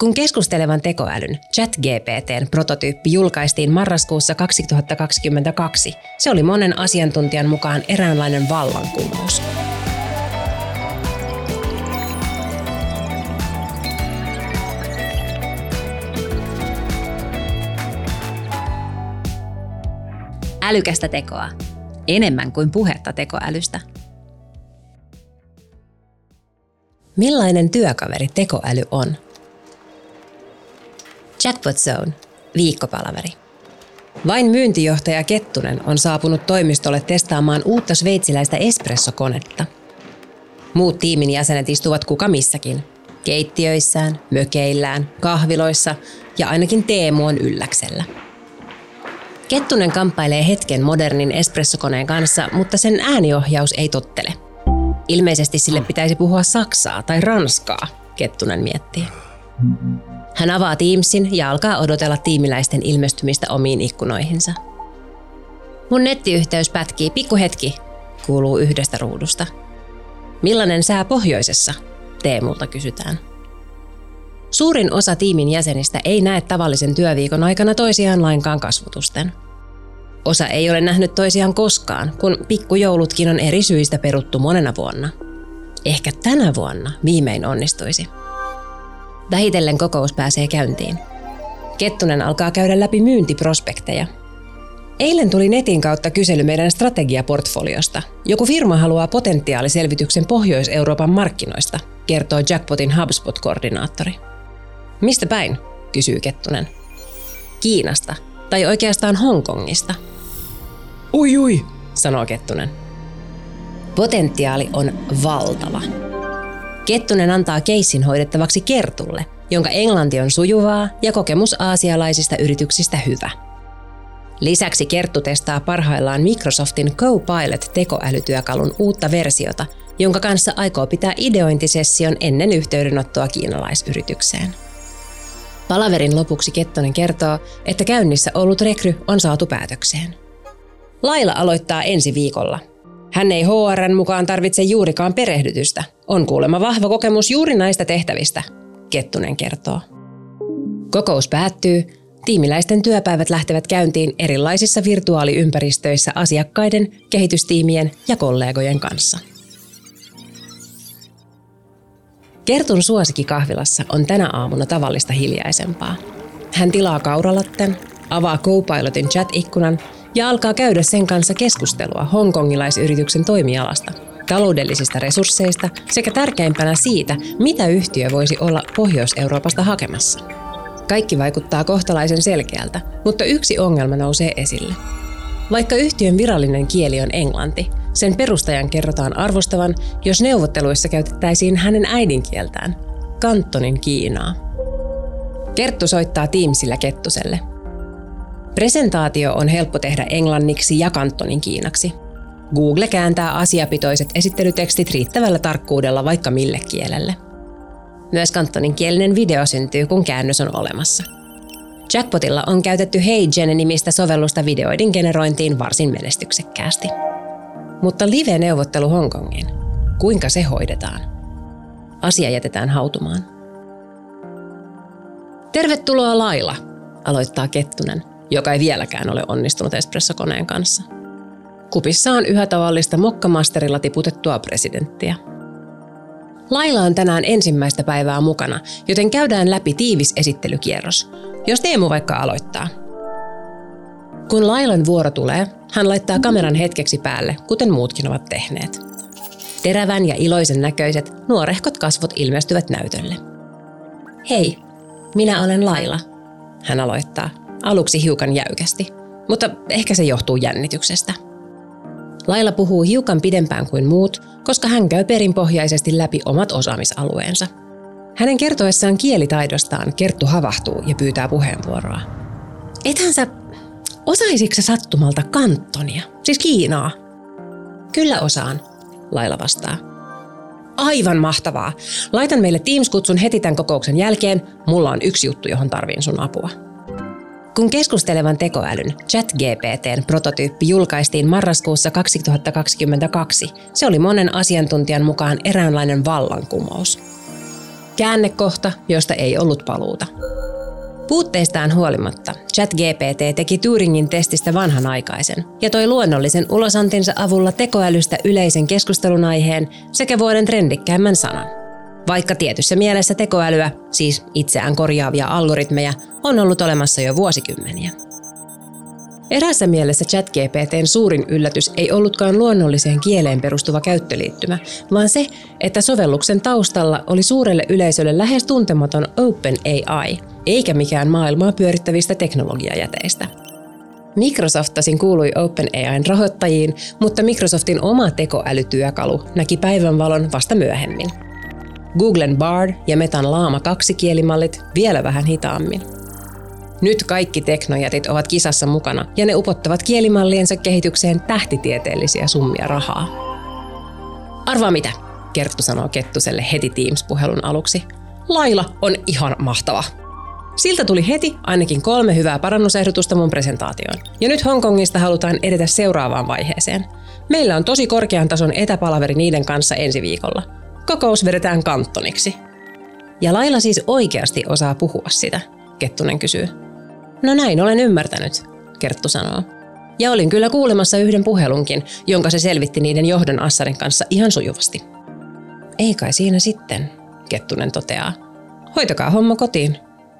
Kun keskustelevan tekoälyn ChatGPT:n prototyyppi julkaistiin marraskuussa 2022, se oli monen asiantuntijan mukaan eräänlainen vallankumous. Älykästä tekoa. Enemmän kuin puhetta tekoälystä. Millainen työkaveri tekoäly on? Jackpot Zone, viikkopalaveri. Vain myyntijohtaja Kettunen on saapunut toimistolle testaamaan uutta sveitsiläistä espressokonetta. Muut tiimin jäsenet istuvat kuka missäkin. Keittiöissään, mökeillään, kahviloissa ja ainakin Teemu on ylläksellä. Kettunen kamppailee hetken modernin espressokoneen kanssa, mutta sen ääniohjaus ei tottele. Ilmeisesti sille pitäisi puhua saksaa tai ranskaa, Kettunen miettii. Hän avaa Teamsin ja alkaa odotella tiimiläisten ilmestymistä omiin ikkunoihinsa. Mun nettiyhteys pätkii, pikku hetki, kuuluu yhdestä ruudusta. Millainen sää pohjoisessa? Teemulta kysytään. Suurin osa tiimin jäsenistä ei näe tavallisen työviikon aikana toisiaan lainkaan kasvotusten. Osa ei ole nähnyt toisiaan koskaan, kun pikkujoulutkin on eri syistä peruttu monena vuonna. Ehkä tänä vuonna viimein onnistuisi. Vähitellen kokous pääsee käyntiin. Kettunen alkaa käydä läpi myyntiprospekteja. Eilen tuli netin kautta kysely meidän strategiaportfoliosta. Joku firma haluaa potentiaaliselvityksen Pohjois-Euroopan markkinoista, kertoo Jackpotin HubSpot-koordinaattori. Mistä päin, kysyy Kettunen. Kiinasta, tai oikeastaan Hongkongista. Ui, sanoo Kettunen. Potentiaali on valtava. Kettunen antaa keissin hoidettavaksi Kertulle, jonka englanti on sujuvaa ja kokemus aasialaisista yrityksistä hyvä. Lisäksi Kerttu testaa parhaillaan Microsoftin Copilot-tekoälytyökalun uutta versiota, jonka kanssa aikoo pitää ideointisession ennen yhteydenottoa kiinalaisyritykseen. Palaverin lopuksi Kettunen kertoo, että käynnissä ollut rekry on saatu päätökseen. Laila aloittaa ensi viikolla. Hän ei HR:n mukaan tarvitse juurikaan perehdytystä. On kuulemma vahva kokemus juuri näistä tehtävistä, Kettunen kertoo. Kokous päättyy. Tiimiläisten työpäivät lähtevät käyntiin erilaisissa virtuaaliympäristöissä asiakkaiden, kehitystiimien ja kollegojen kanssa. Kertun suosikkikahvilassa on tänä aamuna tavallista hiljaisempaa. Hän tilaa kauralatten, avaa Copilotin chat-ikkunan ja alkaa käydä sen kanssa keskustelua hongkongilaisyrityksen toimialasta, taloudellisista resursseista sekä tärkeimpänä siitä, mitä yhtiö voisi olla Pohjois-Euroopasta hakemassa. Kaikki vaikuttaa kohtalaisen selkeältä, mutta yksi ongelma nousee esille. Vaikka yhtiön virallinen kieli on englanti, sen perustajan kerrotaan arvostavan, jos neuvotteluissa käytettäisiin hänen äidinkieltään, Kantonin Kiinaa. Kerttu soittaa Teamsillä Kettuselle. Presentaatio on helppo tehdä englanniksi ja Kantonin Kiinaksi. Google kääntää asiapitoiset esittelytekstit riittävällä tarkkuudella vaikka mille kielelle. Myös kantoninkielinen video syntyy, kun käännös on olemassa. Jackpotilla on käytetty HeyGen-nimistä sovellusta videoiden generointiin varsin menestyksekkäästi. Mutta live-neuvottelu Hongkongiin. Kuinka se hoidetaan? Asia jätetään hautumaan. Tervetuloa Laila, aloittaa Kettunen, joka ei vieläkään ole onnistunut espressokoneen kanssa. Kupissa on yhä tavallista mokkamasterilla tiputettua presidenttiä. Laila on tänään ensimmäistä päivää mukana, joten käydään läpi tiivis esittelykierros, jos Teemu vaikka aloittaa. Kun Lailan vuoro tulee, hän laittaa kameran hetkeksi päälle, kuten muutkin ovat tehneet. Terävän ja iloisen näköiset, nuorehkot kasvot ilmestyvät näytölle. Hei, minä olen Laila, hän aloittaa, aluksi hiukan jäykästi, mutta ehkä se johtuu jännityksestä. Laila puhuu hiukan pidempään kuin muut, koska hän käy perinpohjaisesti läpi omat osaamisalueensa. Hänen kertoessaan kielitaidostaan Kerttu havahtuu ja pyytää puheenvuoroa. Ethän sä, osaisitko sä sattumalta Kantonia, siis Kiinaa? Kyllä osaan, Laila vastaa. Aivan mahtavaa. Laitan meille Teams-kutsun heti tämän kokouksen jälkeen. Mulla on yksi juttu, johon tarviin sun apua. Kun keskustelevan tekoälyn ChatGPT:n prototyyppi julkaistiin marraskuussa 2022, se oli monen asiantuntijan mukaan eräänlainen vallankumous. Käännekohta, josta ei ollut paluuta. Puutteistaan huolimatta ChatGPT teki Turingin testistä vanhanaikaisen ja toi luonnollisen ulosantinsa avulla tekoälystä yleisen keskustelun aiheen sekä vuoden trendikkäimmän sanan. Vaikka tietyssä mielessä tekoälyä, siis itseään korjaavia algoritmeja, on ollut olemassa jo vuosikymmeniä. Eräässä mielessä ChatGPT:n suurin yllätys ei ollutkaan luonnolliseen kieleen perustuva käyttöliittymä, vaan se, että sovelluksen taustalla oli suurelle yleisölle lähes tuntematon OpenAI, eikä mikään maailmaa pyörittävistä teknologiajäteistä. Microsoft tasin kuului OpenAIn rahoittajiin, mutta Microsoftin oma tekoälytyökalu näki päivänvalon vasta myöhemmin. Googlen Bard ja Metan Llama 2 kielimallit vielä vähän hitaammin. Nyt kaikki teknojätit ovat kisassa mukana ja ne upottavat kielimalliensa kehitykseen tähtitieteellisiä summia rahaa. Arvaa mitä, Kerttu sanoo Kettuselle heti Teams-puhelun aluksi. Laila on ihan mahtava. Siltä tuli heti ainakin 3 hyvää parannusehdotusta mun presentaatioon. Ja nyt Hongkongista halutaan edetä seuraavaan vaiheeseen. Meillä on tosi korkean tason etäpalaveri niiden kanssa ensi viikolla. Kokous vedetään Kantoniksi. Ja Laila siis oikeasti osaa puhua sitä, Kettunen kysyy. No näin olen ymmärtänyt, Kerttu sanoo. Ja olin kyllä kuulemassa yhden puhelunkin, jonka se selvitti niiden johdon assarin kanssa ihan sujuvasti. Ei kai siinä sitten, Kettunen toteaa. Hoitakaa homma kotiin.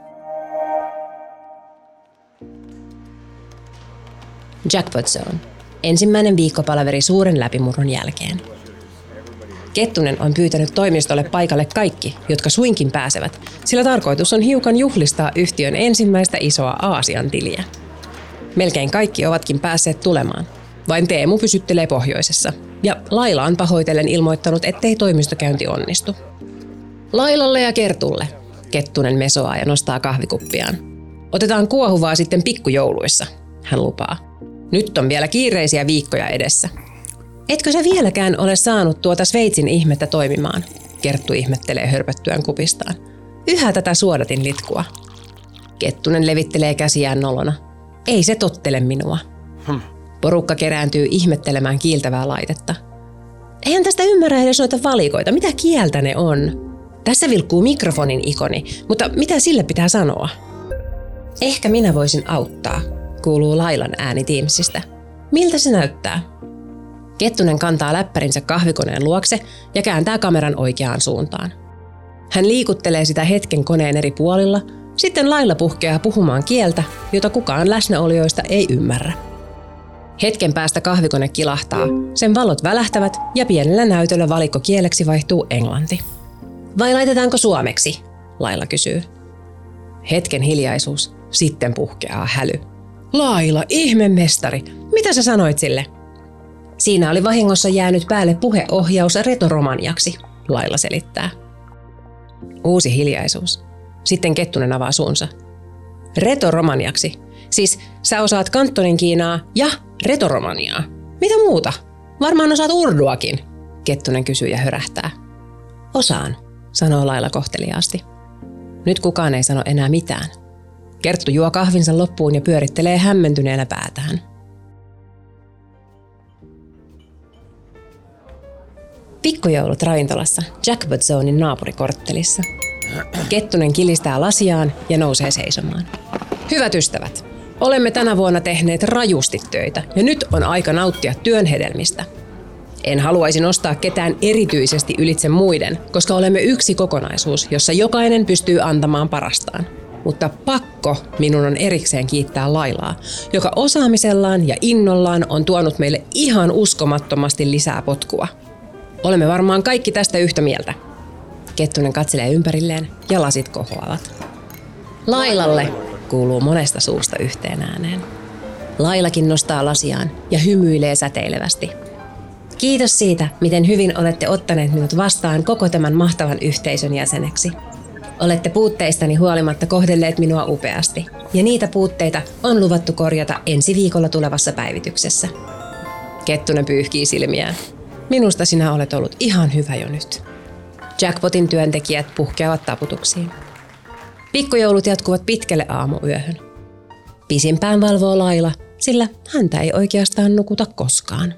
Jackpot Zone. Ensimmäinen viikkopalaveri suuren läpimurron jälkeen. Kettunen on pyytänyt toimistolle paikalle kaikki, jotka suinkin pääsevät, sillä tarkoitus on hiukan juhlistaa yhtiön ensimmäistä isoa Aasian tiliä. Melkein kaikki ovatkin päässeet tulemaan. Vain Teemu pysyttelee pohjoisessa, ja Laila on pahoitellen ilmoittanut, ettei toimistokäynti onnistu. Lailalle ja Kertulle, Kettunen mesoaa ja nostaa kahvikuppiaan. Otetaan kuohuvaa sitten pikkujouluissa, hän lupaa. Nyt on vielä kiireisiä viikkoja edessä. Etkö sä vieläkään ole saanut tuota Sveitsin ihmettä toimimaan? Kerttu ihmettelee hörpöttyään kupistaan. Yhä tätä suodatin litkua. Kettunen levittelee käsiään nolona. Ei se tottele minua. Porukka kerääntyy ihmettelemään kiiltävää laitetta. Eihän tästä ymmärrä edes noita valikoita. Mitä kieltä ne on? Tässä vilkkuu mikrofonin ikoni, mutta mitä sille pitää sanoa? Ehkä minä voisin auttaa, kuuluu Lailan ääni Teamsistä. Miltä se näyttää? Kettunen kantaa läppärinsä kahvikoneen luokse ja kääntää kameran oikeaan suuntaan. Hän liikuttelee sitä hetken koneen eri puolilla, sitten Laila puhkeaa puhumaan kieltä, jota kukaan läsnäolijoista ei ymmärrä. Hetken päästä kahvikone kilahtaa, sen valot välähtävät ja pienellä näytöllä valikkokieleksi vaihtuu englanti. Vai laitetaanko suomeksi? Laila kysyy. Hetken hiljaisuus, sitten puhkeaa häly. Laila, ihmemestari, mitä sä sanoit sille? Siinä oli vahingossa jäänyt päälle puheohjaus retoromaniaksi, Laila selittää. Uusi hiljaisuus. Sitten Kettunen avaa suunsa. Retoromaniaksi. Siis sä osaat Kantonin Kiinaa ja retoromaniaa. Mitä muuta? Varmaan osaat urduakin, Kettunen kysyy ja hörähtää. Osaan, sanoo Laila kohteliaasti. Nyt kukaan ei sano enää mitään. Kerttu juo kahvinsa loppuun ja pyörittelee hämmentyneenä päätään. Pikkujoulut ravintolassa Jackpot Zonein naapurikorttelissa. Kettunen kilistää lasiaan ja nousee seisomaan. Hyvät ystävät, olemme tänä vuonna tehneet rajusti töitä ja nyt on aika nauttia työn hedelmistä. En haluaisi nostaa ketään erityisesti ylitse muiden, koska olemme yksi kokonaisuus, jossa jokainen pystyy antamaan parastaan. Mutta pakko minun on erikseen kiittää Lailaa, joka osaamisellaan ja innollaan on tuonut meille ihan uskomattomasti lisää potkua. Olemme varmaan kaikki tästä yhtä mieltä. Kettunen katselee ympärilleen ja lasit kohoavat. Lailalle, kuuluu monesta suusta yhteen ääneen. Lailakin nostaa lasiaan ja hymyilee säteilevästi. Kiitos siitä, miten hyvin olette ottaneet minut vastaan koko tämän mahtavan yhteisön jäseneksi. Olette puutteistani huolimatta kohdelleet minua upeasti, ja niitä puutteita on luvattu korjata ensi viikolla tulevassa päivityksessä. Kettunen pyyhkii silmiään. Minusta sinä olet ollut ihan hyvä jo nyt. Jackpotin työntekijät puhkeavat taputuksiin. Pikkujoulut jatkuvat pitkälle aamuyöhön. Pisimpään valvoo Laila, sillä häntä ei oikeastaan nukuta koskaan.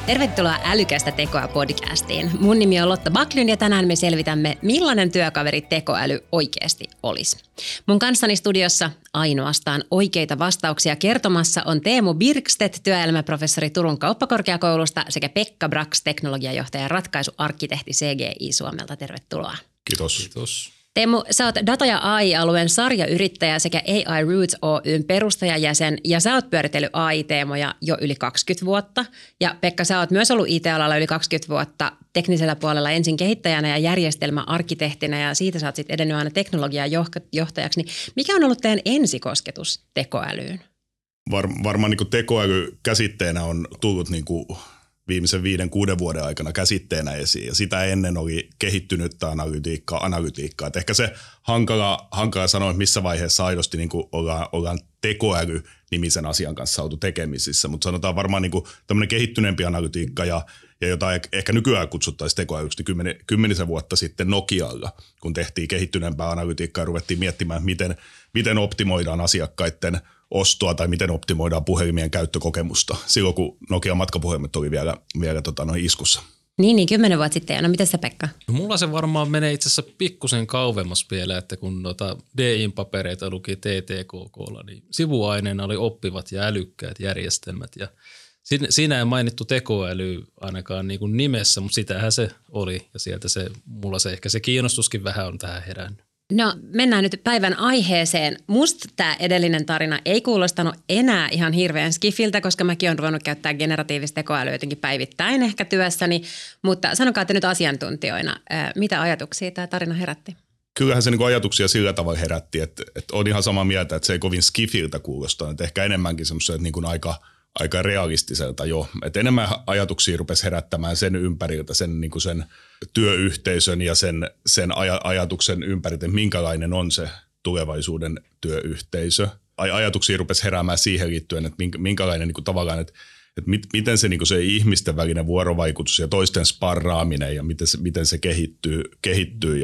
Tervetuloa Älykästä tekoa podcastiin. Mun nimi on Lotta Backlund ja tänään me selvitämme, millainen työkaveri tekoäly oikeasti olisi. Mun kanssani studiossa ainoastaan oikeita vastauksia kertomassa on Teemu Birkstedt, työelämäprofessori Turun kauppakorkeakoulusta sekä Pekka Brax, teknologiajohtaja ja ratkaisuarkkitehti CGI Suomelta. Tervetuloa. Kiitos. Kiitos. Teemu, sä oot Data- ja AI-alueen sarjayrittäjä sekä AI Roots Oyn perustajajäsen ja sä oot pyöritellyt AI-teemoja jo yli 20 vuotta. Ja Pekka, sä oot myös ollut IT-alalla yli 20 vuotta teknisellä puolella ensin kehittäjänä ja järjestelmäarkkitehtinä ja siitä sä oot sitten edennyt aina teknologiajohtajaksi. Niin mikä on ollut teidän ensikosketus tekoälyyn? Varmaan niin kuin tekoäly käsitteenä on tullut niin kuin viimeisen 5-6 vuoden aikana käsitteenä esiin. Ja sitä ennen oli kehittynyttä analytiikkaa. Et ehkä se hankala sanoa, että missä vaiheessa aidosti niin kuin ollaan tekoäly-nimisen asian kanssa oltu tekemisissä. Mutta sanotaan varmaan niin kuin tämmöinen kehittyneempi analytiikka ja jota ehkä nykyään kutsuttaisiin tekoälyksi 10 vuotta sitten Nokialla, kun tehtiin kehittyneempää analytiikkaa ja ruvettiin miettimään, miten optimoidaan asiakkaiden ostoa tai miten optimoidaan puhelimien käyttökokemusta silloin, kun Nokian matkapuhelimet oli vielä iskussa. Niin, 10 vuotta sitten. No miten se, Pekka? No, mulla se varmaan menee itse asiassa pikkusen kauemmas vielä, että kun DI:n papereita luki TTKK:lla, niin sivuaineena oli oppivat ja älykkäät järjestelmät. Ja siinä ei mainittu tekoäly ainakaan niin kuin nimessä, mutta sitähän se oli. Ja sieltä mulla ehkä se kiinnostuskin vähän on tähän herännyt. No mennään nyt päivän aiheeseen. Musta tämä edellinen tarina ei kuulostanut enää ihan hirveän skifiltä, koska mäkin olen ruvennut käyttää generatiivista tekoälyä jotenkin päivittäin ehkä työssäni. Mutta sanokaa te nyt asiantuntijoina, mitä ajatuksia tämä tarina herätti? Kyllähän se niin kuin ajatuksia sillä tavalla herätti, että on ihan samaa mieltä, että se ei kovin skifiltä kuulostaa. Että ehkä enemmänkin semmoiselta niin kuin aika realistiselta jo. Että enemmän ajatuksia rupesi herättämään sen ympäriltä, sen työyhteisön ja sen ajatuksen ympäriltä, minkälainen on se tulevaisuuden työyhteisö. Ajatuksia rupesi heräämään siihen liittyen, että minkälainen niin kuin tavallaan, että miten se, niin kuin se ihmisten välinen vuorovaikutus ja toisten sparraaminen ja miten se kehittyy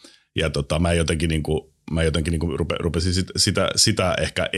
ja mä jotenkin rupesin sitä ehkä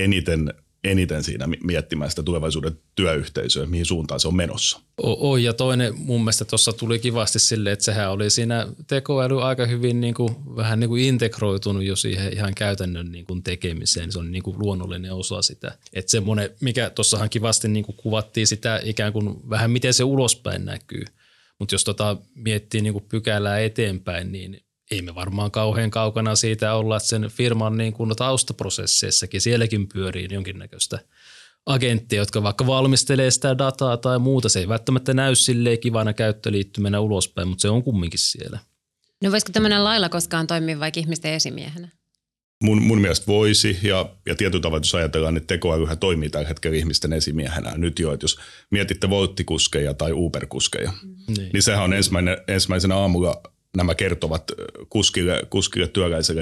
eniten siinä miettimään sitä tulevaisuuden työyhteisöä, mihin suuntaan se on menossa. Ja toinen mun mielestä tuossa tuli kivasti silleen, että sehän oli siinä tekoäly aika hyvin vähän integroitunut jo siihen ihan käytännön tekemiseen. Se on luonnollinen osa sitä. Että semmoinen, mikä tuossahan kivasti kuvattiin sitä ikään kuin vähän miten se ulospäin näkyy. Mutta jos miettii pykälää eteenpäin, niin ei me varmaan kauhean kaukana siitä olla, että sen firman taustaprosesseissakin sielläkin pyörii jonkinnäköistä agenttia, jotka vaikka valmistelee sitä dataa tai muuta. Se ei välttämättä näy silleen kivana käyttöliittymänä ulospäin, mutta se on kumminkin siellä. No voisiko tämmöinen lailla koskaan toimia vaikka ihmisten esimiehenä? Mun mielestä voisi ja tietyllä tavalla, jos ajatellaan, että tekoälyhän toimii tällä hetkellä ihmisten esimiehenä nyt jo, että jos mietitte Woltti-kuskeja tai Uber-kuskeja, niin sehän on ensimmäisenä aamulla nämä kertovat kuskille työläiselle,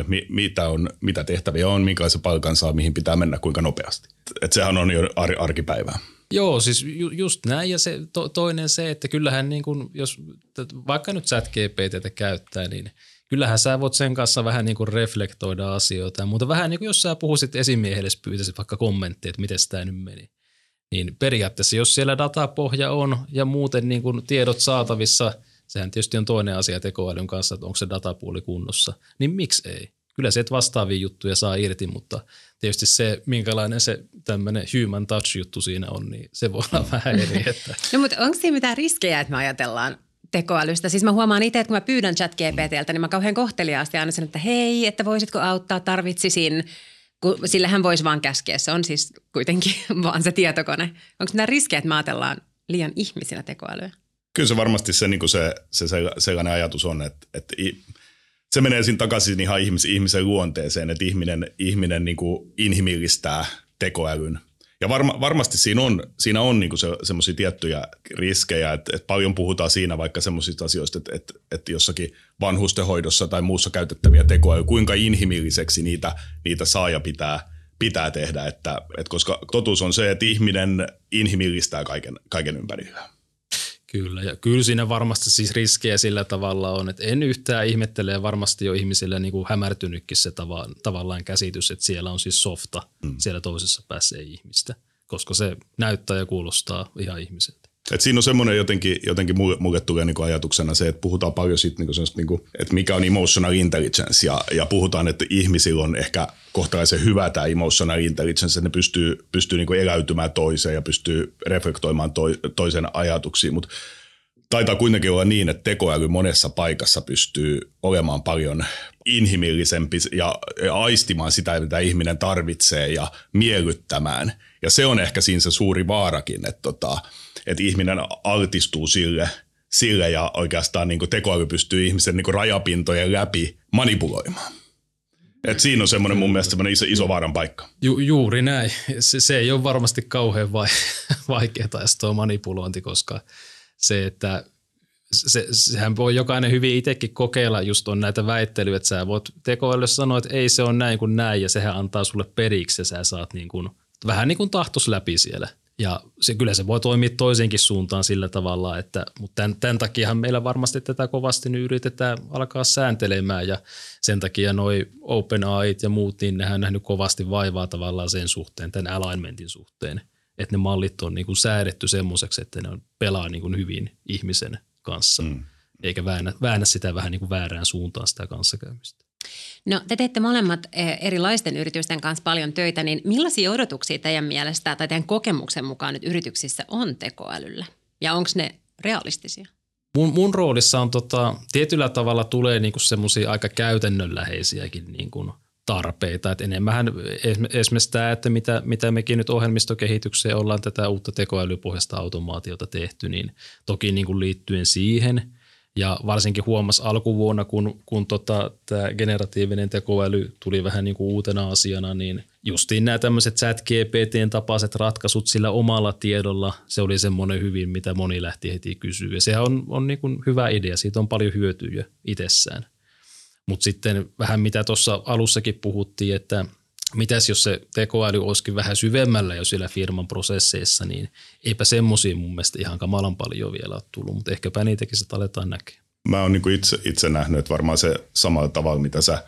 mitä tehtäviä on, minkälaisen palkan saa, mihin pitää mennä, kuinka nopeasti. Et sehän on jo arkipäivää. Joo, siis just näin ja se toinen se, että kyllähän jos vaikka nyt ChatGPT:tä käyttää, niin kyllähän sä voit sen kanssa vähän reflektoida asioita. Mutta vähän jos sä puhuisit esimiehelle, pyytäisit vaikka kommentteja, että miten sitä nyt meni. Niin periaatteessa, jos siellä datapohja on ja muuten tiedot saatavissa, sehän tietysti on toinen asia tekoälyn kanssa, että onko se datapuoli kunnossa. Niin miksi ei? Kyllä se, että vastaavia juttuja saa irti, mutta tietysti se, minkälainen se tämmöinen human touch-juttu siinä on, niin se voi olla vähän eri. Että. No mutta onko siinä mitään riskejä, että me ajatellaan tekoälystä? Siis mä huomaan itse, että kun mä pyydän ChatGPT:ltä, niin mä kauhean kohteliaasti aina sanon, että hei, että voisitko auttaa, tarvitsisin. Sillä hän voisi vaan käskeä, se on siis kuitenkin vaan se tietokone. Onko mitään riskejä, että me ajatellaan liian ihmisinä tekoälyä? Kyllä se varmasti se sellainen ajatus on, että se menee siinä takaisin ihan ihmisen luonteeseen, että ihminen niin kuin inhimillistää tekoälyn. Ja varmasti siinä on niin kuin semmoisia tiettyjä riskejä, että paljon puhutaan siinä vaikka semmoisista asioista, että jossakin vanhustenhoidossa tai muussa käytettäviä tekoälyä, kuinka inhimilliseksi niitä saa ja pitää tehdä, että koska totuus on se, että ihminen inhimillistää kaiken ympärillä. Kyllä, ja kyllä siinä varmasti siis riskejä sillä tavalla on, että en yhtään ihmettele ja varmasti jo ihmisillä niin kuin hämärtynytkin se tavallaan käsitys, että siellä on siis softa, siellä toisessa päässä ei ihmistä, koska se näyttää ja kuulostaa ihan ihmiseltä. Et siinä on semmoinen jotenkin mulle tulee niin ajatuksena se, että puhutaan paljon siitä, että mikä on emotional intelligence ja puhutaan, että ihmisillä on ehkä kohtalaisen hyvä tämä emotional intelligence, että ne pystyy niin eläytymään toiseen ja pystyy reflektoimaan toisen ajatuksiin, mutta taitaa kuitenkin olla niin, että tekoäly monessa paikassa pystyy olemaan paljon inhimillisempi ja aistimaan sitä, mitä ihminen tarvitsee ja miellyttämään. Ja se on ehkä siinä se suuri vaarakin, että ihminen altistuu sille ja oikeastaan niin kuin tekoäly pystyy ihmisen niin kuin rajapintojen läpi manipuloimaan. Et siinä on semmoinen mun mielestä semmoinen iso vaaran paikka. Juuri näin. Se ei ole varmasti kauhean vaikeaa tuo manipulointi, koska se, että sehän voi jokainen hyvin itsekin kokeilla, just on näitä väittelyjä, että sä voit tekoälylle sanoa, että ei se on näin kuin näin ja sehän antaa sulle periksi ja sä saat niin kuin, vähän niin kuin tahtos läpi siellä. Ja kyllä se voi toimia toisenkin suuntaan sillä tavalla, mutta tämän takiahan meillä varmasti tätä kovasti nyt yritetään alkaa sääntelemään ja sen takia noi OpenAIt ja muut, niin nehän on nähnyt kovasti vaivaa tavallaan sen suhteen, tämän alignmentin suhteen, että ne mallit on niin kuin säädetty semmoiseksi, että ne pelaa niin kuin hyvin ihmisen kanssa, eikä väännä sitä vähän niin kuin väärään suuntaan sitä kanssakäymistä. No te teette molemmat erilaisten yritysten kanssa paljon töitä, niin millaisia odotuksia teidän mielestä tai teidän kokemuksen mukaan nyt yrityksissä on tekoälyllä? Ja onko ne realistisia? Mun roolissa on tietyllä tavalla tulee niinku semmoisia aika käytännönläheisiäkin niinku tarpeita. Et enemmän esimerkiksi tämä, että mitä mekin nyt ohjelmistokehitykseen ollaan tätä uutta tekoälypohjaista automaatiota tehty, niin toki niinku liittyen siihen. Ja varsinkin huomasi alkuvuonna, kun tämä generatiivinen tekoäly tuli vähän niin kuin uutena asiana, niin justiin nämä tämmöiset ChatGPT:n tapaiset ratkaisut sillä omalla tiedolla, se oli semmoinen hyvin, mitä moni lähti heti kysyä. Ja sehän on niin kuin hyvä idea, siitä on paljon hyötyjä itsessään. Mutta sitten vähän mitä tuossa alussakin puhuttiin, että mitäs jos se tekoäly olisikin vähän syvemmällä jo siellä firman prosesseissa, niin eipä semmoisia mun mielestä ihan kamalan paljon vielä ole tullut, mutta ehkäpä niitäkin sitä aletaan näkemään. Mä oon niin itse nähnyt, että varmaan se samalla tavalla,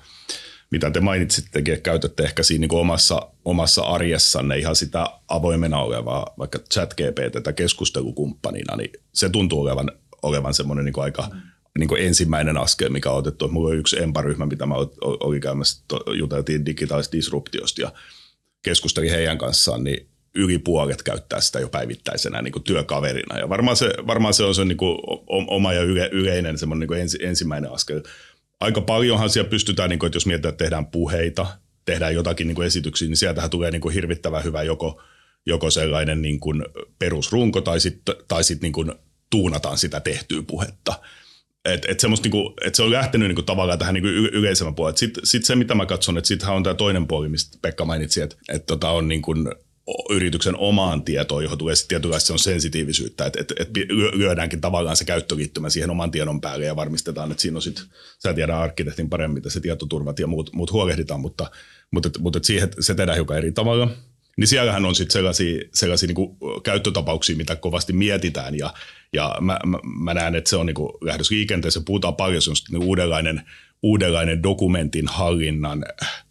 mitä te mainitsittekin, että käytätte ehkä siinä niin omassa arjessanne ihan sitä avoimena olevaa, vaikka ChatGPT:tä keskustelukumppanina, niin se tuntuu olevan semmoinen niin aika niin ensimmäinen askel, mikä on otettu. Mulla on yksi EMPA-ryhmä, mitä mä olin käymässä, juteltiin digitaalisesta disruptiosta ja keskustelin heidän kanssaan, niin yli puolet käyttää sitä jo päivittäisenä niin kuin työkaverina. Ja varmaan se on se niin kuin oma ja yleinen semmoinen niin kuin ensimmäinen askel. Aika paljonhan siellä pystytään, niin kuin, että jos mietitään, että tehdään puheita, tehdään jotakin niin kuin esityksiä, niin sieltähän tulee niin kuin hirvittävän hyvä joko sellainen niin kuin perusrunko tai sitten niin kuin tuunataan sitä tehtyä puhetta. Että se on lähtenyt niinku tavallaan tähän niinku yleisemmän puolelle. Sitten se, mitä mä katson, että sittenhän on tämä toinen puoli, mistä Pekka mainitsi, että on niinku yrityksen omaan tietoon, johon tulee sitten tietynlaista sensitiivisyyttä, että lyödäänkin tavallaan se käyttöliittymä siihen oman tiedon päälle ja varmistetaan, että siinä on sitten, sä tiedät arkkitehtin paremmin, mitä se tietoturvat ja muut huolehditaan, mutta siihen se tehdään hiukan eri tavalla. Niin siellähän on sitten sellaisia niinku käyttötapauksia, mitä kovasti mietitään ja mä näen, että se on niinku lähdössä liikenteessä. Puhutaan paljon niinku uudenlainen dokumentin hallinnan.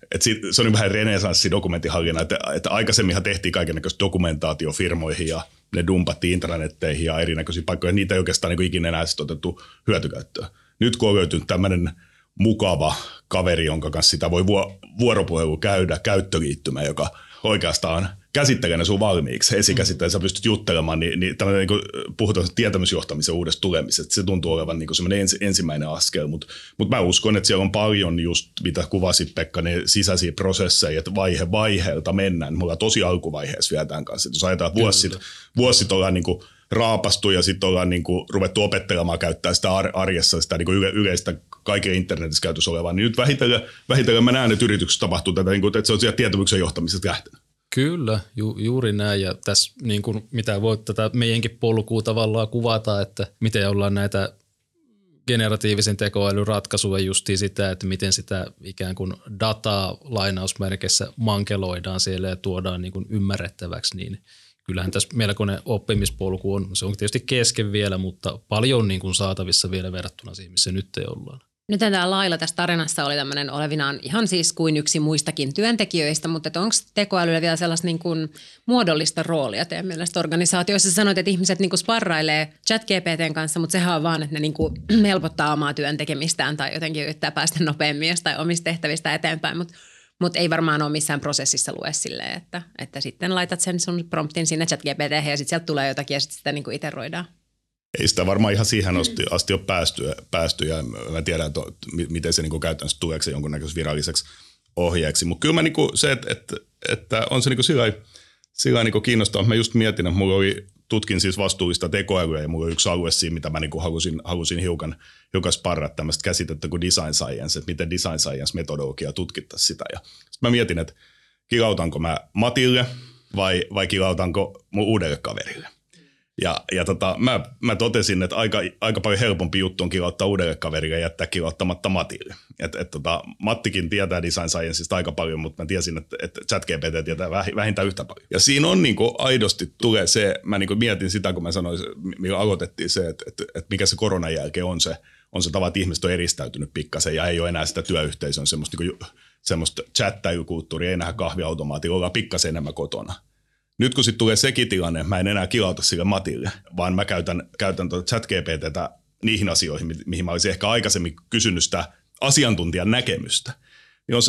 Se on vähän renesanssi dokumentin hallinnan, että aikaisemminhan tehtiin kaikennäköistä dokumentaatiofirmoihin ja ne dumpattiin intranetteihin ja erinäköisiin paikkoihin. Niitä ei oikeastaan niinku ikinä enää otettu hyötykäyttöön. Nyt kun on löytynyt tämmöinen mukava kaveri, jonka kanssa sitä voi vuoropuhelu käydä, käyttöliittymä, joka oikeastaan käsittelee ne sun valmiiksi. Esikäsitteen sä pystyt juttelemaan, niin tämmöinen niin puhutaan tietämysjohtamisen uudesta tulemisesta. Se tuntuu olevan niin semmoinen ensimmäinen askel, mutta mä uskon, että siellä on paljon just, mitä kuvasit Pekka, ne sisäisiä prosesseja, että vaiheelta mennään. Me ollaan tosi alkuvaiheessa vielä tämän kanssa. Jos ajatellaan, että vuosi sitten ollaan niin kuin raapastu ja sitten ollaan niin kuin ruvettu opettelemaan käyttää sitä arjessa, sitä niin kuin yleistä kaiken internetissä käytössä olevaa, niin nyt vähitellen mä näen, että yrityksessä tapahtuu tätä, että se on siellä tietämyksen johtamisesta lähtenyt. Kyllä, juuri näin. Ja tässä niin kuin, mitä voit tätä meidänkin polkua tavallaan kuvata, että miten ollaan näitä generatiivisen tekoälyn ratkaisuja justiin sitä, että miten sitä ikään kuin dataa lainausmerkeissä mankeloidaan siellä ja tuodaan niin kuin ymmärrettäväksi, niin kyllähän tässä melkoinen oppimispolku on. Se on tietysti kesken vielä, mutta paljon niin kuin saatavissa vielä verrattuna siihen, missä nyt ollaan. Nyt tämä Laila tässä tarinassa oli tämmöinen olevinaan ihan siis kuin yksi muistakin työntekijöistä, mutta onko tekoälyllä vielä sellaista niin kuin muodollista roolia teidän mielestä organisaatioissa? Sanoit, että ihmiset niin kuin sparrailee ChatGPT:n kanssa, mutta sehän on vaan, että ne niin kuin helpottaa omaa työn tekemistään tai jotenkin yrittää päästä nopeammin jostain omista tehtävistä eteenpäin, mutta ei varmaan ole missään prosessissa lue silleen, että sitten laitat sen sun promptin sinne ChatGPT:hen ja sitten sieltä tulee jotakin ja sitten sitä niin kuin iteroidaan. Ei sitä varmaan ihan siihen asti ole päästy ja mä tiedän, miten se niin käytännössä tuleeko se jonkunnäköiseksi viralliseksi ohjeeksi. Mutta kyllä mä niin se, että on se niin sillä niin kiinnostavaa. Mä just mietin, että tutkin siis vastuullista tekoälyä ja mulla oli yksi alue siinä, mitä mä niin halusin hiukan sparrata tämmöistä käsitettä kuin design science, että miten design science metodologiaa tutkittaisiin sitä. Ja sitten mä mietin, että kilautanko mä Matille vai kilautanko mun uudelle kaverille. Ja mä totesin, että aika paljon helpompi juttu on kilauttaa uudelle kaverille ja jättää kilauttamatta Matille. Mattikin tietää design scienceista aika paljon, mutta mä tiesin, että ChatGPT tietää vähintään yhtä paljon. Ja siinä on niinku aidosti tulee se, mä niinku mietin sitä, kun mä sanoin, millä aloitettiin se, että mikä se koronan jälkeen on se tava, että ihmiset on eristäytynyt pikkasen ja ei ole enää sitä työyhteisöä, semmoista chattailukulttuuria, ei nähdä kahviautomaatilla, ollaan pikkasen enemmän kotona. Nyt kun sitten tulee sekin tilanne, mä en enää kilauta sille Matille, vaan mä käytän ChatGPT:tä niihin asioihin, mihin mä olisin ehkä aikaisemmin kysynyt sitä asiantuntijan näkemystä. Niin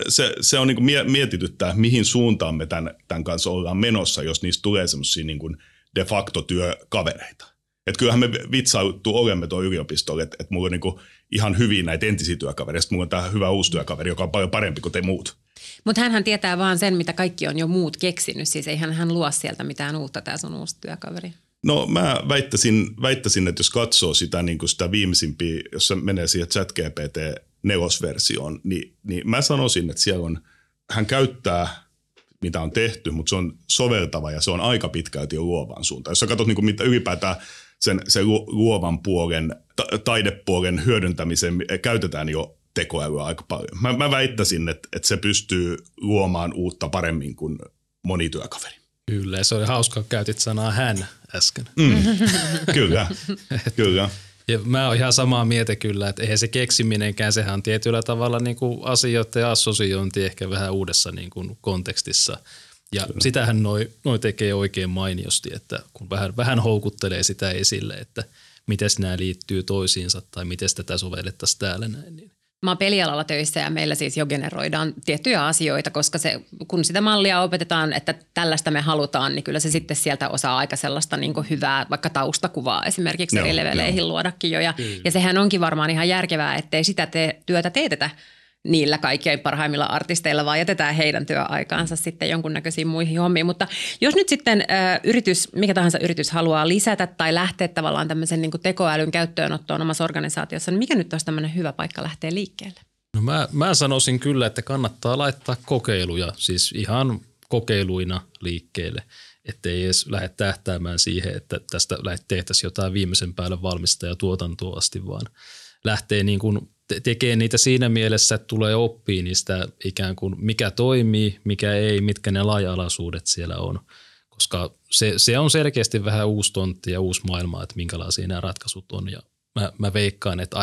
se on niin kuin mietityttää, mihin suuntaan me tämän kanssa ollaan menossa, jos niistä tulee semmoisia niin kuin de facto työkavereita. Että kyllähän me vitsailtu olemme tuon yliopistolle, että mulla on niin kuin ihan hyviä näitä entisiä työkavereita, sitten mulla on tämä hyvä uusi työkaveri, joka on paljon parempi kuin te muut. Mutta hänhän tietää vaan sen, mitä kaikki on jo muut keksinyt, siis eihän hän luo sieltä mitään uutta, tämä sun uusi työkaveri. No mä väittäisin, että jos katsoo sitä, niin kuin sitä viimeisimpiä, jos se menee siihen ChatGPT 4-versioon, niin mä sanoisin, että siellä hän käyttää, mitä on tehty, mutta se on soveltava ja se on aika pitkälti jo luovaan suuntaan. Jos sä katsot, niin kuin, mitä ylipäätään sen luovan puolen, taidepuolen hyödyntämiseen käytetään jo tekoälyä aika paljon. Mä väittäisin, että se pystyy luomaan uutta paremmin kuin moni työkaveri. Kyllä, se oli hauska, kun käytit sanaa hän äsken. Kyllä. Ja mä oon ihan samaa mieltä kyllä, että eihän se keksiminenkään, sehän on tietyllä tavalla niin kuin asioiden assosiointi ehkä vähän uudessa niin kuin kontekstissa. Ja kyllä. Sitähän noi tekee oikein mainiosti, että kun vähän houkuttelee sitä esille, että miten nämä liittyy toisiinsa tai miten tätä sovellettaisiin täällä näin. Niin. Mä oon pelialalla töissä ja meillä siis jo generoidaan tiettyjä asioita, koska kun sitä mallia opetetaan, että tällaista me halutaan, niin kyllä se sitten sieltä osaa aika sellaista niin kuin hyvää vaikka taustakuvaa esimerkiksi eri leveleihin luodakin jo. Ja sehän onkin varmaan ihan järkevää, ettei sitä työtä teetetä niillä kaikkein parhaimmilla artisteilla, vaan jätetään heidän työaikaansa sitten jonkunnäköisiin muihin hommiin. Mutta jos nyt sitten mikä tahansa yritys haluaa lisätä tai lähteä tavallaan tämmöisen niin kuin tekoälyn käyttöönottoon omassa organisaatiossa, niin mikä nyt olisi tämmöinen hyvä paikka lähteä liikkeelle? No mä sanoisin kyllä, että kannattaa laittaa kokeiluja, siis ihan kokeiluina liikkeelle, ettei edes lähde tähtäämään siihen, että tästä tehtäisiin jotain viimeisen päälle valmista ja tuotantoa asti, vaan lähtee niin kuin tekee niitä siinä mielessä, että tulee oppia niistä ikään kuin mikä toimii, mikä ei, mitkä ne lainalaisuudet siellä on. Koska se on selkeästi vähän uusi tontti ja uusi maailma, että minkälaisia nämä ratkaisut on. Ja mä veikkaan, että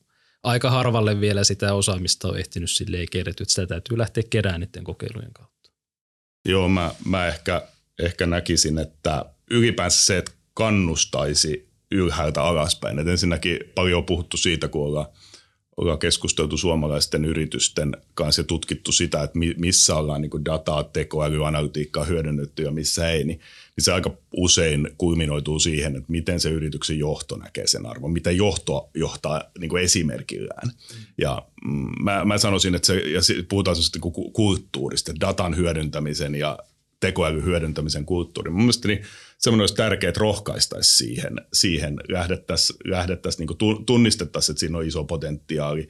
aika harvalle vielä sitä osaamista on ehtinyt silleen kerätty, että sitä täytyy lähteä keräämään niiden kokeilujen kautta. Joo, mä ehkä näkisin, että ylipäänsä se, että kannustaisi ylhäältä alaspäin. Et ensinnäkin paljon on puhuttu siitä, kun ollaan keskusteltu suomalaisten yritysten kanssa ja tutkittu sitä, että missä ollaan niin kuin dataa, tekoälyä, analytiikkaa hyödynnetty ja missä ei, niin se aika usein kulminoituu siihen, että miten se yrityksen johto näkee sen arvon, miten johto johtaa niin kuin esimerkillään. Ja mä sanoisin, että puhutaan kulttuurista, datan hyödyntämisen ja tekoälyn hyödyntämisen kulttuuri. Mun mielestä niin semmoinen olisi tärkeää, että rohkaistaisiin siihen lähdettäisiin niin kuin tunnistettaisiin, että siinä on iso potentiaali,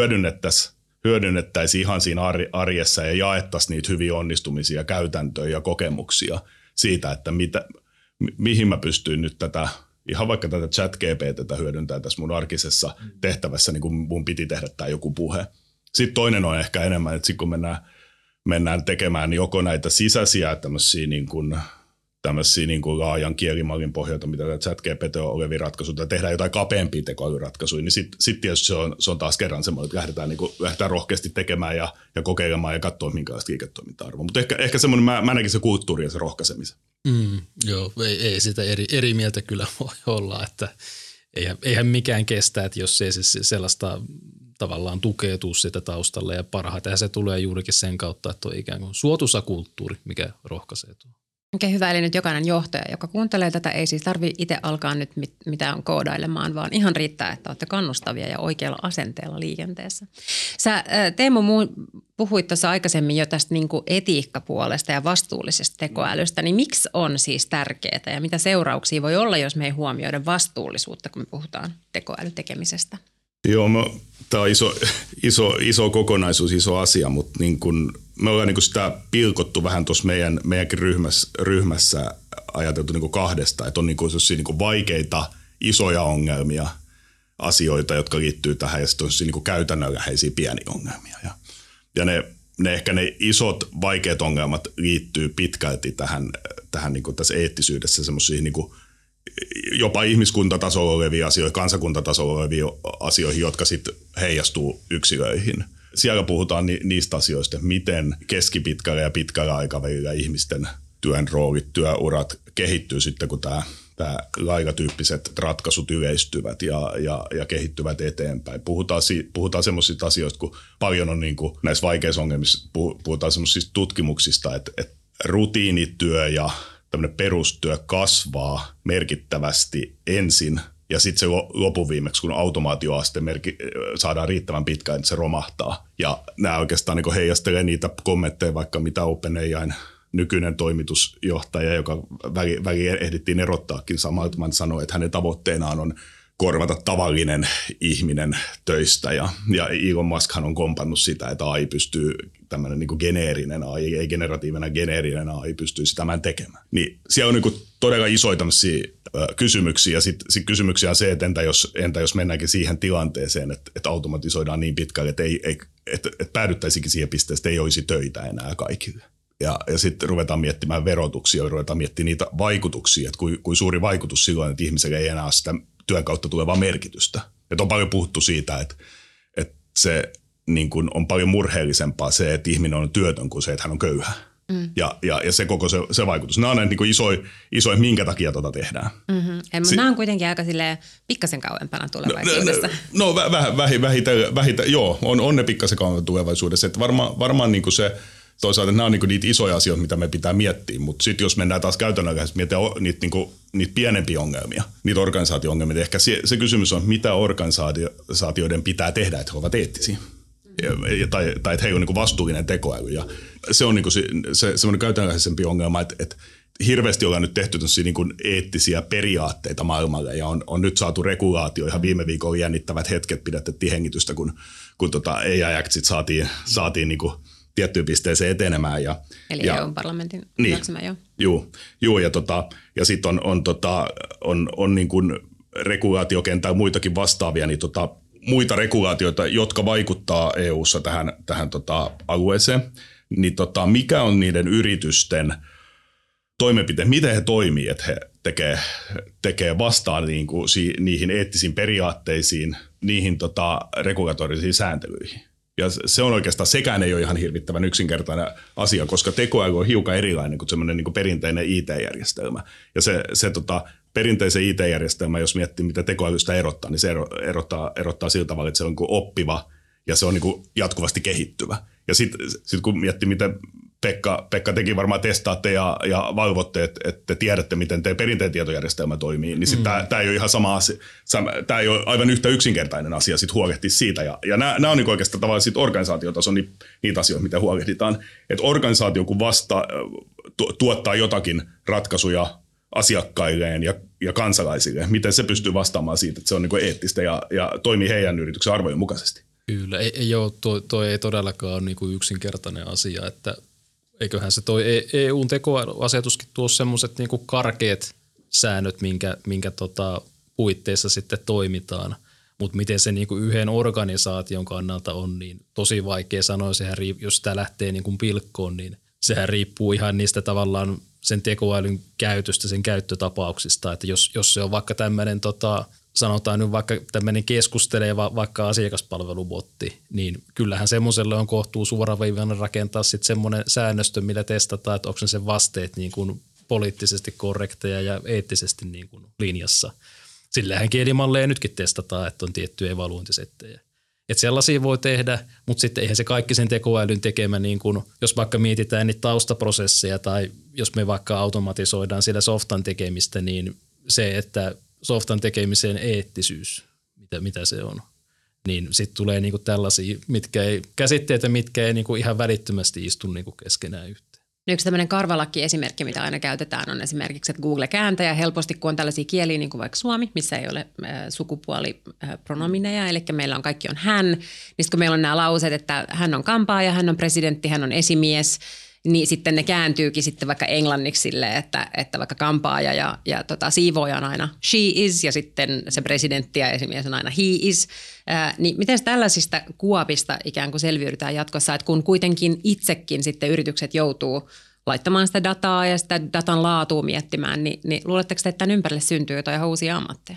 hyödynnettäisiin ihan siinä arjessa ja jaettaisiin niitä hyviä onnistumisia, käytäntöjä ja kokemuksia siitä, että mihin mä pystyn nyt ihan vaikka tätä ChatGPT:tä hyödyntää tässä mun arkisessa tehtävässä, niin kuin mun piti tehdä tämä joku puhe. Sitten toinen on ehkä enemmän, että sitten kun mennään tekemään joko näitä sisäisiä tämmöisiä niin kuin tämmöisiä niin kuin laajan kielimallin pohjalta, mitä ChatGPT on olevia ratkaisuja, tai tehdään jotain kapeampia tekoälyratkaisuja, niin sitten tietysti se on taas kerran semmoinen, että lähdetään rohkeasti tekemään ja kokeilemaan ja katsoa, minkälaista liiketoiminta-arvoa. Mutta ehkä semmoinen, mä näkin se kulttuuri ja se rohkaisemisen. Joo, ei sitä eri mieltä kyllä voi olla, että eihän mikään kestä, että jos ei se sellaista tavallaan tukeutuu sitä taustalle ja parhaiten se tulee juurikin sen kautta, että on ikään kuin suotuisa kulttuuri, mikä rohkaisee tuo. Okei, hyvä. Eli nyt jokainen johtaja, joka kuuntelee tätä, ei siis tarvitse itse alkaa nyt mitään koodailemaan, vaan ihan riittää, että olette kannustavia ja oikealla asenteella liikenteessä. Sä, Teemu, puhuit tuossa aikaisemmin jo tästä niin kuin etiikkapuolesta ja vastuullisesta tekoälystä, niin miksi on siis tärkeää ja mitä seurauksia voi olla, jos me ei huomioida vastuullisuutta, kun me puhutaan tekoälytekemisestä? Joo, tämä on iso kokonaisuus, iso asia, mutta niin kun, me ollaan niin kun sitä pilkottu vähän tuossa meidänkin ryhmässä ajateltu niin kun kahdesta, että on niin kun niin kun vaikeita, isoja ongelmia, asioita, jotka liittyy tähän, ja sitten on niin kun käytännönläheisiä pieniä ongelmia. Ja ne isot, vaikeat ongelmat liittyy pitkälti tähän niin kun tässä eettisyydessä semmoisiin niin kun jopa ihmiskuntatasolla olevia asioita, kansakuntatasolla olevia asioihin, jotka sitten heijastuu yksilöihin. Siellä puhutaan niistä asioista, miten keskipitkällä ja pitkällä aikavälillä ihmisten työn roolit, työurat kehittyy sitten, kun tämä laikatyyppiset ratkaisut yleistyvät ja kehittyvät eteenpäin. Puhutaan semmoisista asioista, kun paljon on niin kuin näissä vaikeissa ongelmissa, puhutaan semmoisista tutkimuksista, että rutiinityö ja tämmöinen perustyö kasvaa merkittävästi ensin ja sitten se lopuviimeksi, kun automaatioaste saadaan riittävän pitkään, että se romahtaa. Ja nämä oikeastaan niin heijastelee niitä kommentteja, vaikka mitä OpenAI:n nykyinen toimitusjohtaja, joka väliin ehdittiin erottaakin samalta, sanoi, että hänen tavoitteenaan on korvata tavallinen ihminen töistä. Ja Elon Muskhan on kompannut sitä, että AI pystyy, tämmöinen niin kuin geneerinen AI, ei generatiivinen, geneerinen AI pystyy sitä tekemään. Niin siellä on niin kuin todella isoja tämmöisiä kysymyksiä. Ja sitten kysymyksiä on se, että entä jos mennäänkin siihen tilanteeseen, että automatisoidaan niin pitkälle, että päädyttäisikin siihen pisteeseen, että ei olisi töitä enää kaikille. Ja sitten ruvetaan miettimään verotuksia, ruvetaan miettimään niitä vaikutuksia, että kuin suuri vaikutus silloin, että ihmiselle ei enää ole sitä työn kautta tulevaa merkitystä. Et on paljon puhuttu siitä, että se niin kun on paljon murheellisempaa se, että ihminen on työtön kuin se, että hän on köyhä. Ja se koko se vaikutus. Nämä on näitä niin isoja, minkä takia tuota tehdään. Nämä on kuitenkin aika pikkasen kauempana tulevaisuudessa. No vähitellen, joo, on ne pikkasen kauempana tulevaisuudessa. Että varmaan niin kuin se, toisaalta nämä on niin niitä isoja asioita, mitä me pitää miettiä, mutta sitten jos mennään taas käytännöllisesti miettimään niitä pienempiä ongelmia, niitä organisaatio-ongelmia, ehkä se kysymys on, mitä organisaatioiden pitää tehdä, että he ovat eettisiä. Tai että heillä on niin vastuullinen tekoäly. Ja se on niin se semmoinen käytännöllisempi ongelma, että hirveästi ollaan nyt tehty niin eettisiä periaatteita maailmalle ja on nyt saatu regulaatio. Ihan viime viikolla jännittävät hetket pidätettiin hengitystä, kun AI Act saatiin niin kuin tiettyyn pisteeseen etenemään. Eli EU-parlamentin hyväksymä, Joo, ja sitten on niin kuin regulaatiokentällä muitakin vastaavia, niin muita regulaatioita, jotka vaikuttaa EU:ssa tähän alueeseen, niin mikä on niiden yritysten toimenpiteet, miten he toimii, että he tekee vastaan niin kuin niihin eettisiin periaatteisiin, niihin regulatorisiin sääntelyihin. Ja se on oikeastaan, sekään ei ole ihan hirvittävän yksinkertainen asia, koska tekoäly on hiukan erilainen kuin semmoinen niin kuin perinteinen IT-järjestelmä. Ja se perinteisen IT-järjestelmä, jos miettii, mitä tekoälystä erottaa, niin se erottaa sillä tavalla, että se on niin kuin oppiva ja se on niin kuin jatkuvasti kehittyvä. Ja sitten kun miettii, miten Pekka teki varmaan testaatte ja valvotte, että te tiedätte, miten teidän perinteinen tietojärjestelmä toimii, niin tämä ei ole ihan sama asia. Tämä ei ole aivan yhtä yksinkertainen asia sit huolehtia siitä. Ja nämä on niin oikeastaan tavallaan sit organisaatiotason niitä asioita, mitä huolehditaan. Että organisaatio, kun tuottaa jotakin ratkaisuja asiakkailleen ja kansalaisille, miten se pystyy vastaamaan siitä, että se on niin kuin eettistä ja toimii heidän yrityksen arvojen mukaisesti. Kyllä, ei ole, toi ei todellakaan ole niin kuin yksinkertainen asia, että eiköhän se toi EUn tekoasetuskin tuo semmoiset niin kuin karkeat säännöt, minkä puitteissa sitten toimitaan, mutta miten se niin kuin yhden organisaation kannalta on, niin tosi vaikea sanoa, jos tämä lähtee niin kuin pilkkoon, niin sehän riippuu ihan niistä tavallaan sen tekoälyn käytöstä, sen käyttötapauksista, että jos se on vaikka tämmöinen sanotaan nyt vaikka tämmöinen keskusteleva vaikka asiakaspalvelubotti, niin kyllähän semmoiselle on kohtuu suoraviivainen rakentaa sitten semmoinen säännöstö, millä testataan, että onko sen vasteet niin kuin poliittisesti korrekteja ja eettisesti niin kuin linjassa. Sillähän kielimalleja nytkin testataan, että on tiettyjä evaluointisettejä. Että sellaisia voi tehdä, mutta sitten eihän se kaikki sen tekoälyn tekemä, niin kuin, jos vaikka mietitään niitä taustaprosesseja tai jos me vaikka automatisoidaan sillä softan tekemistä, niin se, että softan tekemisen eettisyys, mitä se on, niin sitten tulee niinku tällaisia käsitteitä, mitkä ei niinku ihan välittömästi istu niinku keskenään yhteen. Yksi tämmöinen karvalakki-esimerkki, mitä aina käytetään, on esimerkiksi, että Google kääntää helposti, kun on tällaisia kieliä, niin kuin vaikka suomi, missä ei ole sukupuolipronomineja, eli meillä on kaikki on hän, niin sitten kun meillä on nämä lauseet, että hän on kampaaja, hän on presidentti, hän on esimies, niin sitten ne kääntyykin sitten vaikka englanniksi silleen, että vaikka kampaaja ja siivooja on aina she is ja sitten se presidentti ja esimies on aina he is. Niin miten tällaisista kuopista ikään kuin selviydytään jatkossa, että kun kuitenkin itsekin sitten yritykset joutuu laittamaan sitä dataa ja sitä datan laatua miettimään, niin luuletteko te, että tämän ympärille syntyy jotain ihan uusia ammatteja?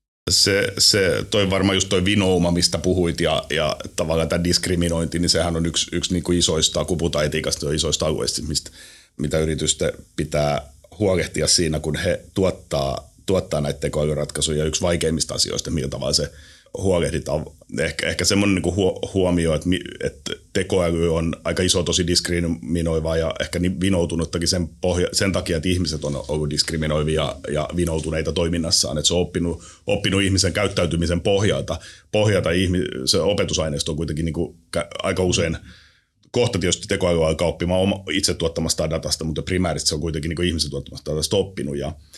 Se toi varmaan just toi vinouma, mistä puhuit ja tavallaan tämä diskriminointi, niin sehän on yksi niin kuin isoista, kun puhutaan etiikasta, isoista alueista, mitä yritysten pitää huolehtia siinä, kun he tuottaa näitä tekoälyratkaisuja. Yksi vaikeimmista asioista, millä tavalla se huolehditaan. Ehkä semmoinen niin kuin huomio, että tekoäly on aika iso, tosi diskriminoiva ja ehkä niin vinoutunuttakin sen takia, että ihmiset on ollut diskriminoivia ja vinoutuneita toiminnassaan. Että se on oppinut ihmisen käyttäytymisen pohjalta. Se opetusaineisto on kuitenkin niin kuin aika usein, kohta tietysti tekoäly alkaa oppimaan itse tuottamasta datasta, mutta primäärisesti se on kuitenkin niin kuin ihmisen tuottamasta datasta oppinut.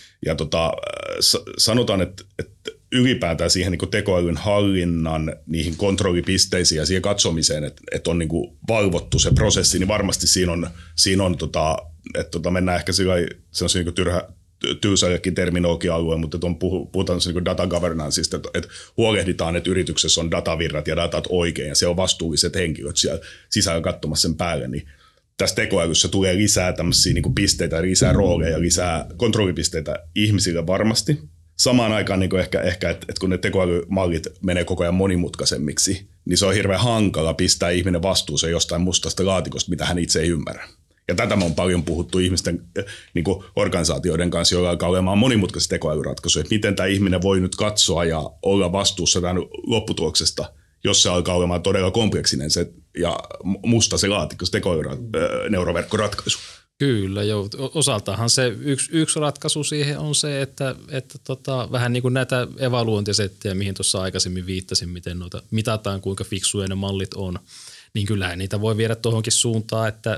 Sanotaan, että ylipäätään siihen niin kuin tekoälyn hallinnan, niihin kontrollipisteisiin ja siihen katsomiseen, että on niin kuin valvottu se prosessi, niin varmasti siinä on että mennään ehkä sillä se on niin kuin tylsällekin terminologia-alue, mutta puhutaan niin kuin data governanceista, että huolehditaan, että yrityksessä on datavirrat ja datat oikein ja siellä on vastuulliset henkilöt siellä sisällä katsomassa sen päälle, niin tässä tekoälyssä tulee lisää tämmöisiä niin kuin pisteitä, lisää rooleja, lisää kontrollipisteitä ihmisille varmasti. Samaan aikaan niin ehkä että kun ne tekoälymallit menee koko ajan monimutkaisemmiksi, niin se on hirveän hankala pistää ihminen vastuuseen jostain mustasta laatikosta, mitä hän itse ei ymmärrä. Ja tätä me on paljon puhuttu ihmisten niin kuin organisaatioiden kanssa, joilla alkaa olemaan monimutkaisia tekoälyratkaisuja. Että miten tämä ihminen voi nyt katsoa ja olla vastuussa tämän lopputuloksesta, jos se alkaa olemaan todella kompleksinen ja musta se laatikko, se neuroverkkoratkaisu. Kyllä, joo. Osaltahan se yksi ratkaisu siihen on se, että vähän niin kuin näitä evaluointisettejä, mihin tuossa aikaisemmin viittasin, miten noita mitataan, kuinka fiksuja ne mallit on, niin kyllähän niitä voi viedä tuohonkin suuntaan, että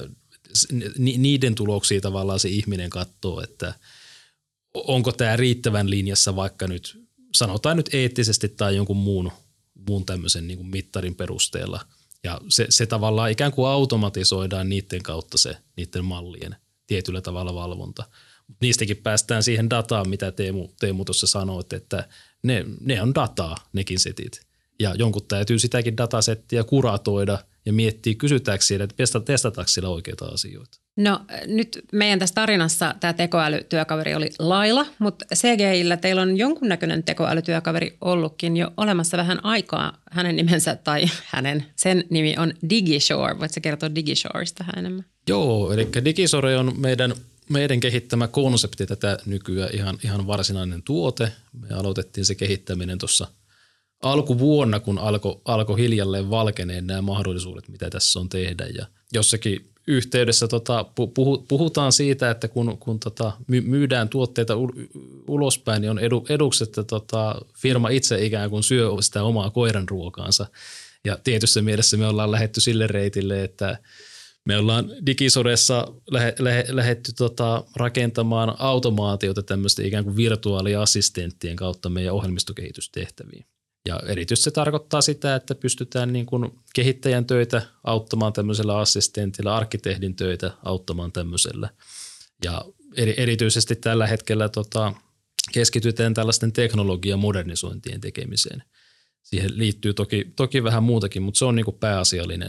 niiden tuloksia tavallaan se ihminen katsoo, että onko tämä riittävän linjassa vaikka nyt, sanotaan nyt eettisesti tai jonkun muun tämmöisen niin kuin mittarin perusteella. Ja se tavallaan ikään kuin automatisoidaan niiden kautta niiden mallien tietyllä tavalla valvonta. Niistäkin päästään siihen dataan, mitä Teemu tuossa sanoit, että ne on dataa, nekin setit. Ja jonkun täytyy sitäkin datasettiä kuratoida ja miettiä, kysytäänkö siellä, että testataanko siellä oikeita asioita. No nyt meidän tässä tarinassa tämä tekoälytyökaveri oli Laila, mutta CGI:llä teillä on jonkunnäköinen tekoälytyökaveri ollutkin jo olemassa vähän aikaa. Hänen nimensä tai sen nimi on DigiShore. Voitko kertoa DigiShoresta vähän enemmän? Joo, eli DigiShore on meidän kehittämä konsepti tätä nykyään ihan varsinainen tuote. Me aloitettiin se kehittäminen tuossa alkuvuonna, kun alkoi hiljalleen valkeneen nämä mahdollisuudet, mitä tässä on tehdä. Ja jossakin yhteydessä puhutaan siitä, että kun myydään tuotteita ulospäin, niin on eduksi, että firma itse ikään kuin syö sitä omaa koiran ruokaansa. Ja tietyssä mielessä me ollaan lähdetty sille reitille, että me ollaan DigiShoressa lähdetty rakentamaan automaatiota tämmöistä ikään kuin virtuaaliassistenttien kautta meidän ohjelmistokehitystehtäviin. Ja erityisesti se tarkoittaa sitä, että pystytään niin kuin kehittäjän töitä auttamaan tämmöisellä assistentilla, arkkitehdin töitä auttamaan tämmöisellä. Ja erityisesti tällä hetkellä keskitytään tällaisten teknologian modernisointien tekemiseen. Siihen liittyy toki vähän muutakin, mutta se on niin kuin pääasiallinen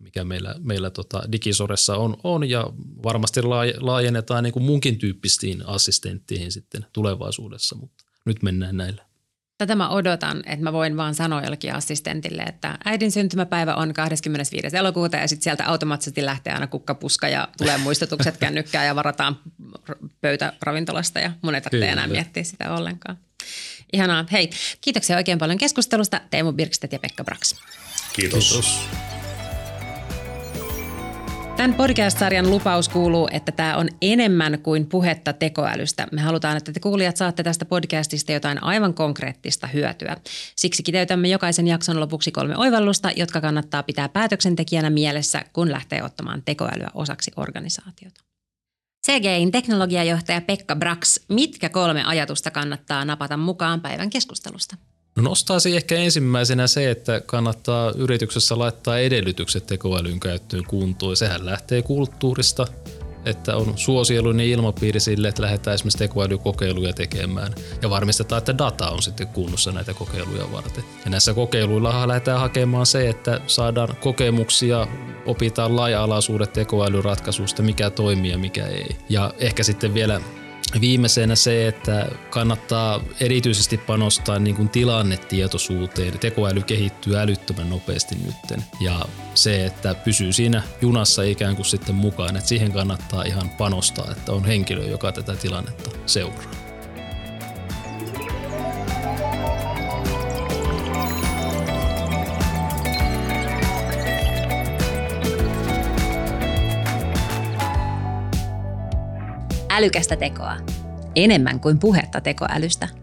mikä meillä Digisoressa on ja varmasti laajennetaan niin kuin munkin tyyppisiin assistentteihin sitten tulevaisuudessa, mutta nyt mennään näillä. Tätä mä odotan, että mä voin vaan sanoa jollekin assistentille, että äidin syntymäpäivä on 25. elokuuta ja sitten sieltä automaattisesti lähtee aina kukkapuska ja tulee muistutukset kännykkään ja varataan pöytä ravintolasta ja mun ei tarvitse enää miettiä sitä ollenkaan. Ihanaa. Hei, kiitoksia oikein paljon keskustelusta Teemu Birkstedt ja Pekka Brax. Kiitos. Tämän podcast-sarjan lupaus kuuluu, että tämä on enemmän kuin puhetta tekoälystä. Me halutaan, että te kuulijat saatte tästä podcastista jotain aivan konkreettista hyötyä. Siksi kiteytämme jokaisen jakson lopuksi 3 oivallusta, jotka kannattaa pitää päätöksentekijänä mielessä, kun lähtee ottamaan tekoälyä osaksi organisaatiota. CGI:n teknologiajohtaja Pekka Brax, mitkä 3 ajatusta kannattaa napata mukaan päivän keskustelusta? No nostaisin ehkä ensimmäisenä se, että kannattaa yrityksessä laittaa edellytykset tekoälyn käyttöön kuntoon. Sehän lähtee kulttuurista, että on suosiollinen ilmapiiri sille, että lähdetään esimerkiksi tekoälykokeiluja tekemään ja varmistetaan, että data on sitten kunnossa näitä kokeiluja varten. Ja näissä kokeiluillahan lähdetään hakemaan se, että saadaan kokemuksia, opitaan laaja-alaisuudet tekoälyratkaisusta, mikä toimii ja mikä ei. Ja ehkä sitten vielä viimeisenä se, että kannattaa erityisesti panostaa niin kuin tilannetietoisuuteen. Tekoäly kehittyy älyttömän nopeasti nytten. Ja se, että pysyy siinä junassa ikään kuin sitten mukaan, että siihen kannattaa ihan panostaa, että on henkilö, joka tätä tilannetta seuraa. Älykästä tekoa. Enemmän kuin puhetta tekoälystä.